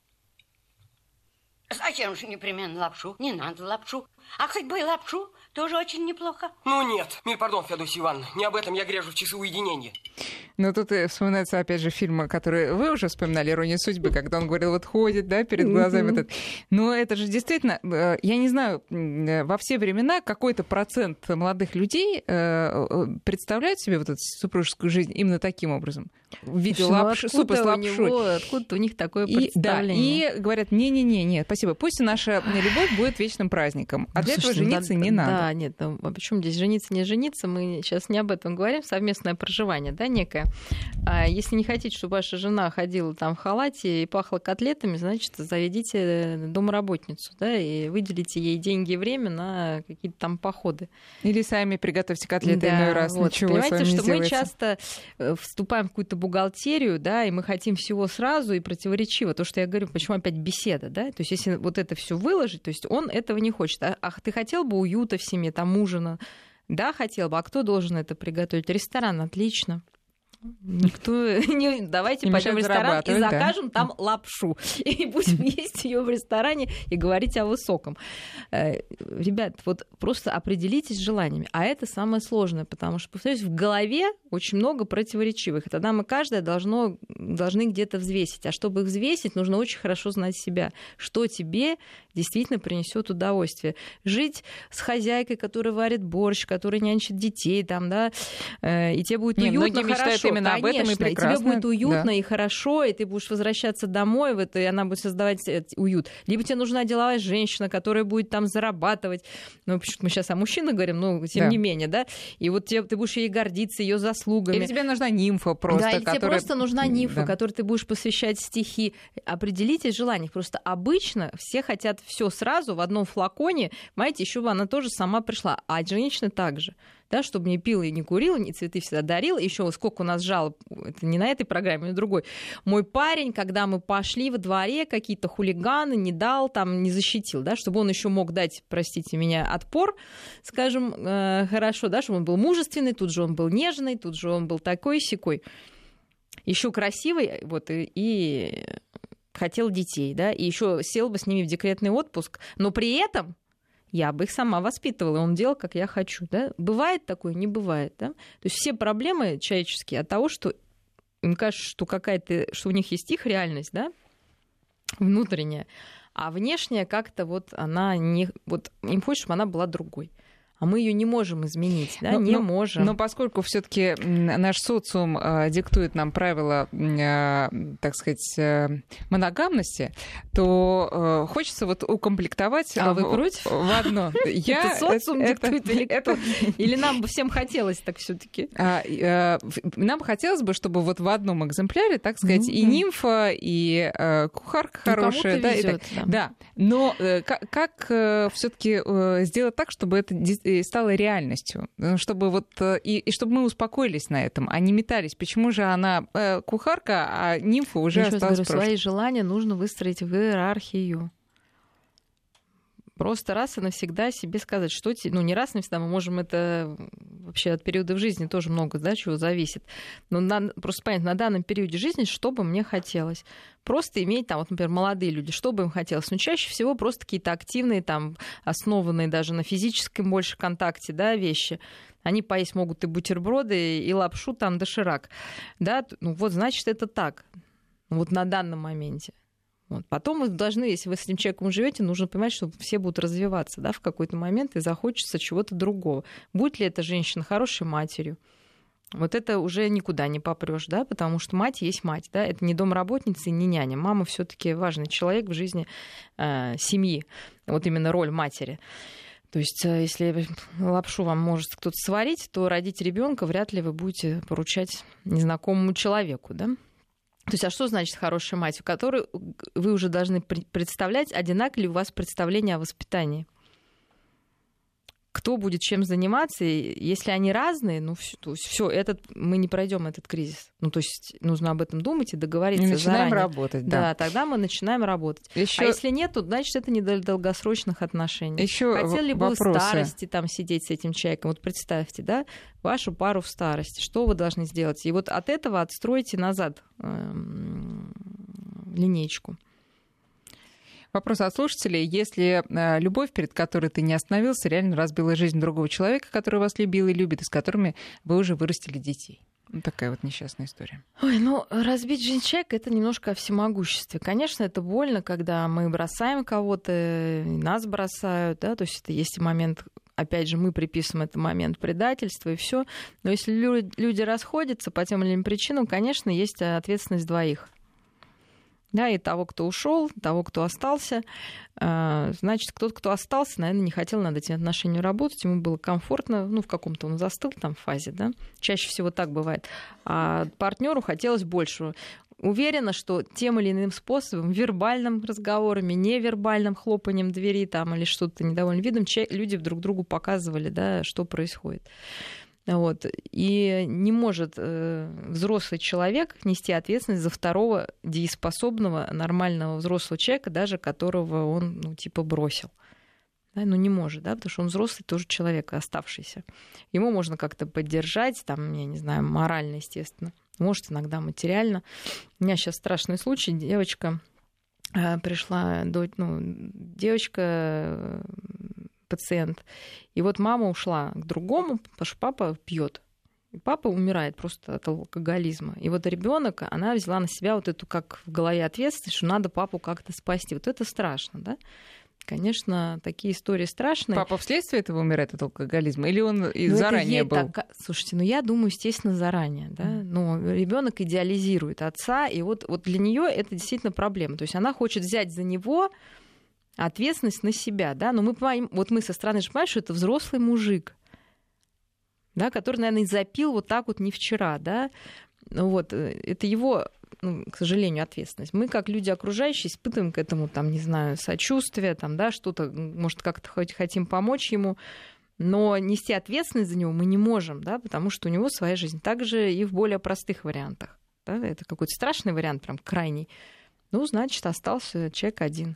Зачем же непременно лапшу? Не надо лапшу. А хоть бы и лапшу, тоже очень неплохо. Ну нет, мир, пардон, Феодосия Ивановна, не об этом я грежу в часы уединения. Но тут и вспоминается, опять же, фильм, который вы уже вспоминали, «Ирония судьбы», когда он говорил, вот ходит, да, перед глазами. Mm-hmm. этот. Но это же действительно, я не знаю, во все времена какой-то процент молодых людей представляют себе вот эту супружескую жизнь именно таким образом. В виде лапши, супа с лапшой. Откуда у них такое и, представление? Да, и говорят, не-не-не, нет, спасибо, пусть наша любовь будет вечным праздником, а для Слушайте, этого жениться да, не да, надо. Да, нет, ну, а почему здесь жениться, не жениться, мы сейчас не об этом говорим, совместное проживание, да, некое. А если не хотите, чтобы ваша жена ходила там в халате и пахла котлетами, значит, заведите домработницу, да, и выделите ей деньги и время на какие-то там походы. Или сами приготовьте котлеты да, иной раз, вот. ничего Понимаете, с вами не что сделается. Мы часто вступаем в какую-то бухгалтерию, да, и мы хотим всего сразу и противоречиво. То, что я говорю, почему опять беседа, да, то есть если вот это все выложить, то есть он этого не хочет. А, а ты хотел бы уюта в семье, там ужина? Да, хотел бы. А кто должен это приготовить? Ресторан, отлично. Никто не давайте не пойдем в ресторан и закажем да. там лапшу. И будем есть ее в ресторане и говорить о высоком. Ребят, вот просто определитесь с желаниями. А это самое сложное, потому что, повторюсь, в голове очень много противоречивых. И тогда мы каждое должно, должны где-то взвесить. А чтобы их взвесить, нужно очень хорошо знать себя. Что тебе действительно принесет удовольствие. Жить с хозяйкой, которая варит борщ, которая нянчит детей, там, да, и тебе будет Не, уютно, хорошо. Именно об этом и прекрасно. И тебе будет уютно да. и хорошо, и ты будешь возвращаться домой, в это, и она будет создавать уют. Либо тебе нужна деловая женщина, которая будет там зарабатывать. Ну, почему-то мы сейчас о мужчинах говорим, но тем да. не менее, да. И вот тебе, ты будешь ей гордиться, ее заслугами. Или тебе нужна нимфа просто. Да, или которая... тебе просто нужна нимфа, да. которой ты будешь посвящать стихи. Определитесь желание. Просто обычно все хотят все сразу в одном флаконе. Понимаете, еще бы она тоже сама пришла. А женщины также. Да, чтобы не пила и не курила, не цветы всегда дарила. Еще сколько у нас жалоб, это не на этой программе, но другой. Мой парень, когда мы пошли во дворе, какие-то хулиганы, не дал, там, не защитил, да, чтобы он еще мог дать, простите меня, отпор, скажем, э, хорошо, да, чтобы он был мужественный, тут же он был нежный, тут же он был такой-сякой. Еще красивый, вот, и, и хотел детей, да, и еще сел бы с ними в декретный отпуск, но при этом я бы их сама воспитывала, он делал, как я хочу. Да? Бывает такое? Не бывает. Да? То есть все проблемы человеческие от того, что им кажется, что, какая-то, что у них есть их реальность, да? Внутренняя, а внешняя как-то вот она не... Вот им хочется, чтобы она была другой. А мы ее не можем изменить, да, но, не но, можем. Но поскольку все-таки наш социум э, диктует нам правила, э, так сказать, э, моногамности, то э, хочется вот укомплектовать. А в, вы против? В одно. Это социум диктует или кто? Или нам бы всем хотелось так все-таки? Нам хотелось бы, чтобы вот в одном экземпляре, так сказать, и нимфа, и кухарка хорошая, да, да. Но как все-таки сделать так, чтобы это и стало реальностью, чтобы вот и, и чтобы мы успокоились на этом, а не метались. Почему же она э, кухарка, а нимфа уже Еще осталась говорю, в прошлом? свои желания нужно выстроить в иерархию. Просто раз и навсегда себе сказать, что... Те... Ну, не раз и навсегда, мы можем это... Вообще от периода в жизни тоже много, да, чего зависит. Но на... просто понять, на данном периоде жизни, что бы мне хотелось. Просто иметь, там, вот, например, молодые люди, что бы им хотелось. Но чаще всего просто какие-то активные, там, основанные даже на физическом больше контакте, да, вещи. Они поесть могут и бутерброды, и лапшу, там, доширак. Да, ну вот, значит, это так. Вот на данном моменте. Вот. Потом вы должны, если вы с этим человеком живете, нужно понимать, что все будут развиваться, да, в какой-то момент, и захочется чего-то другого. Будет ли эта женщина хорошей матерью? Вот это уже никуда не попрешь, да, потому что мать есть мать, да, это не домработница и не няня. Мама все-таки важный человек в жизни э, семьи, вот именно роль матери. То есть, если лапшу вам может кто-то сварить, то родить ребенка вряд ли вы будете поручать незнакомому человеку, да. То есть, а что значит хорошая мать, в которой вы уже должны представлять, одинаково ли у вас представление о воспитании? Кто будет чем заниматься, и если они разные, ну все, этот мы не пройдем этот кризис. Ну то есть нужно об этом думать и договориться и начинаем заранее. работать, да. Да, тогда мы начинаем работать. Ещё... А если нет, то значит это не для долгосрочных отношений. Ещё Хотели ли бы вопросы. в старости там сидеть с этим человеком? Вот представьте, да, вашу пару в старости. Что вы должны сделать? И вот от этого отстройте назад эм, линеечку. Вопрос от слушателей. Если э, любовь, перед которой ты не остановился, реально разбила жизнь другого человека, который вас любил и любит, и с которыми вы уже вырастили детей. Вот такая вот несчастная история. Ой, ну, разбить жизнь человека — это немножко о всемогуществе. Конечно, это больно, когда мы бросаем кого-то, нас бросают, да, то есть это есть момент, опять же, мы приписываем этот момент предательства и все. Но если люди расходятся по тем или иным причинам, конечно, есть ответственность двоих. Да, и того, кто ушел, того, кто остался. Значит, тот, кто остался, наверное, не хотел над этими отношениями работать, ему было комфортно, ну, в каком-то он застыл там в фазе, да. Чаще всего так бывает. А партнеру хотелось большего. Уверена, что тем или иным способом, вербальным разговорами, невербальным хлопанием двери там, или что-то недовольным видом, люди друг другу показывали, да, что происходит. Вот. И не может э, взрослый человек нести ответственность за второго дееспособного, нормального взрослого человека, даже которого он, ну, типа, бросил. Да? Ну, не может, да, потому что он взрослый тоже человек, оставшийся. Ему можно как-то поддержать, там, я не знаю, морально, естественно, может, иногда материально. У меня сейчас страшный случай. Девочка э, пришла, до, ну, девочка... пациент. И вот мама ушла к другому, потому что папа пьет. И папа умирает просто от алкоголизма. И вот ребенок, она взяла на себя вот эту, как в голове, ответственность, что надо папу как-то спасти. Вот это страшно, да? Конечно, такие истории страшные. Папа вследствие этого умирает от алкоголизма? Или он и ну, заранее был? Так... Слушайте, ну я думаю, естественно, заранее. Да? Mm. Но ребенок идеализирует отца, и вот, вот для нее это действительно проблема. То есть она хочет взять за него ответственность на себя, да, но мы понимаем, вот мы со стороны же понимаем, что это взрослый мужик, да, который, наверное, и запил вот так вот не вчера, да, вот, это его, ну, к сожалению, ответственность. Мы, как люди окружающие, испытываем к этому, там, не знаю, сочувствие, там, да, что-то, может, как-то хоть хотим помочь ему, но нести ответственность за него мы не можем, да, потому что у него своя жизнь. Также и в более простых вариантах, да, это какой-то страшный вариант, прям крайний, ну, значит, остался человек один.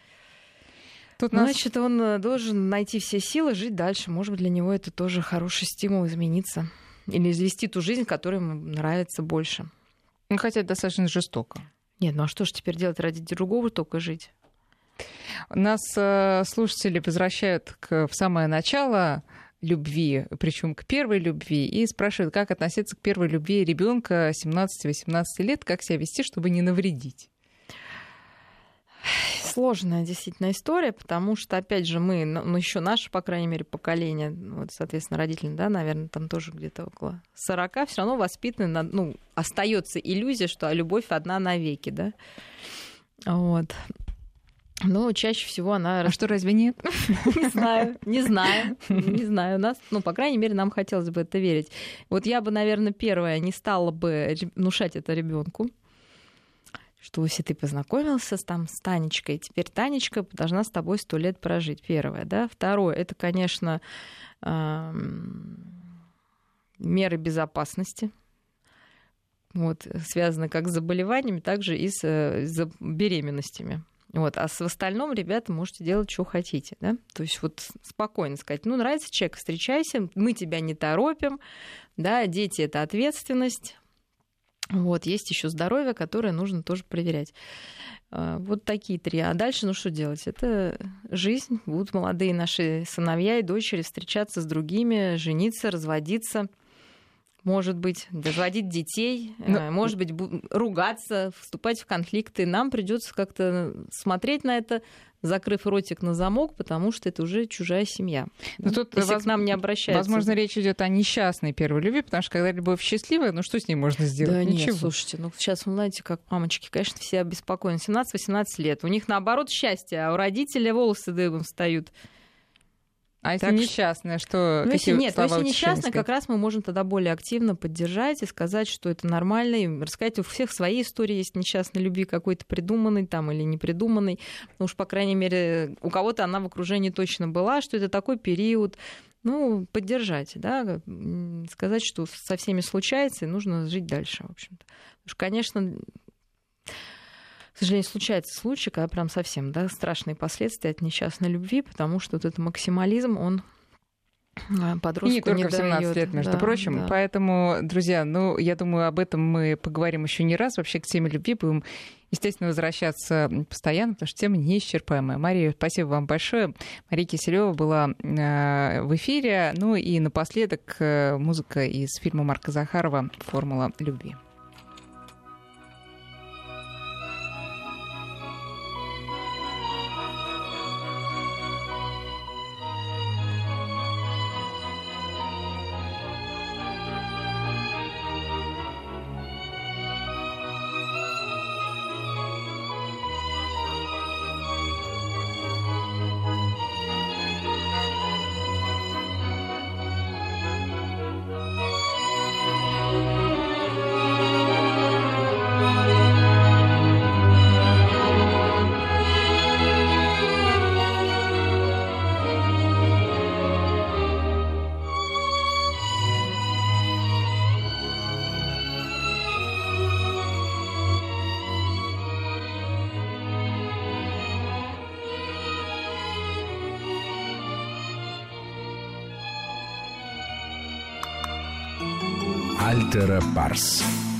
Тут нас... Значит, он должен найти все силы, жить дальше. Может быть, для него это тоже хороший стимул измениться. Или извести ту жизнь, которая ему нравится больше. Ну, хотя это достаточно жестоко. Нет, ну а что же теперь делать? Ради другого только жить? Нас э, слушатели возвращают к, в самое начало любви, причем к первой любви, и спрашивают, как относиться к первой любви ребенка семнадцати-восемнадцати лет, как себя вести, чтобы не навредить. Сложная действительно история, потому что, опять же, мы, ну, еще наше, по крайней мере, поколение, вот, соответственно, родители, да, наверное, там тоже где-то около сорока, все равно воспитаны, ну, остается иллюзия, что любовь одна навеки, да, вот. Но чаще всего она... А что, разве нет? Не знаю, не знаю, не знаю. У нас, ну, по крайней мере, нам хотелось бы это верить. Вот я бы, наверное, первая не стала бы внушать это ребенку, что если ты познакомился там с Танечкой, теперь Танечка должна с тобой сто лет прожить. Первое, да. Второе, это, конечно, меры безопасности. Вот, связаны как с заболеваниями, так же и с, с беременностями. Вот. А в остальном, ребята, можете делать, что хотите. Да? То есть вот спокойно сказать, ну, нравится человек, встречайся, мы тебя не торопим. Да? Дети — это ответственность. Вот. Есть еще здоровье, которое нужно тоже проверять. Вот такие три. А дальше, ну, что делать? Это жизнь. Будут молодые наши сыновья и дочери встречаться с другими, жениться, разводиться. Может быть, разводить детей, Но... может быть, ругаться, вступать в конфликты. Нам придется как-то смотреть на это, закрыв ротик на замок, потому что это уже чужая семья. Но тут, если воз... к нам не обращаются. Возможно, речь идет о несчастной первой любви, потому что когда любовь счастливая, ну что с ней можно сделать? Да Ничего. Нет, слушайте, ну сейчас, вы знаете, как мамочки, конечно, все обеспокоены. семнадцать-восемнадцать лет. У них, наоборот, счастье, а у родителей волосы дыбом встают. А если так несчастная, что... Ну, если нет, слова если несчастная, как раз мы можем тогда более активно поддержать и сказать, что это нормально, и рассказать, у всех своей истории есть несчастной любви какой-то придуманной там или непридуманной. Ну уж, по крайней мере, у кого-то она в окружении точно была, что это такой период. Ну, поддержать, да, сказать, что со всеми случается, и нужно жить дальше, в общем-то. Потому что, конечно... К сожалению, случается случай, когда прям совсем, да, страшные последствия от несчастной любви, потому что вот этот максимализм, он подростку не только не в семнадцать даёт. лет, между да, прочим. Да. Поэтому, друзья, ну, я думаю, об этом мы поговорим еще не раз. Вообще к теме любви будем, естественно, возвращаться постоянно, потому что тема неисчерпаемая. Мария, спасибо вам большое. Мария Киселева была в эфире. Ну и напоследок музыка из фильма Марка Захарова «Формула любви». Альтера Парс.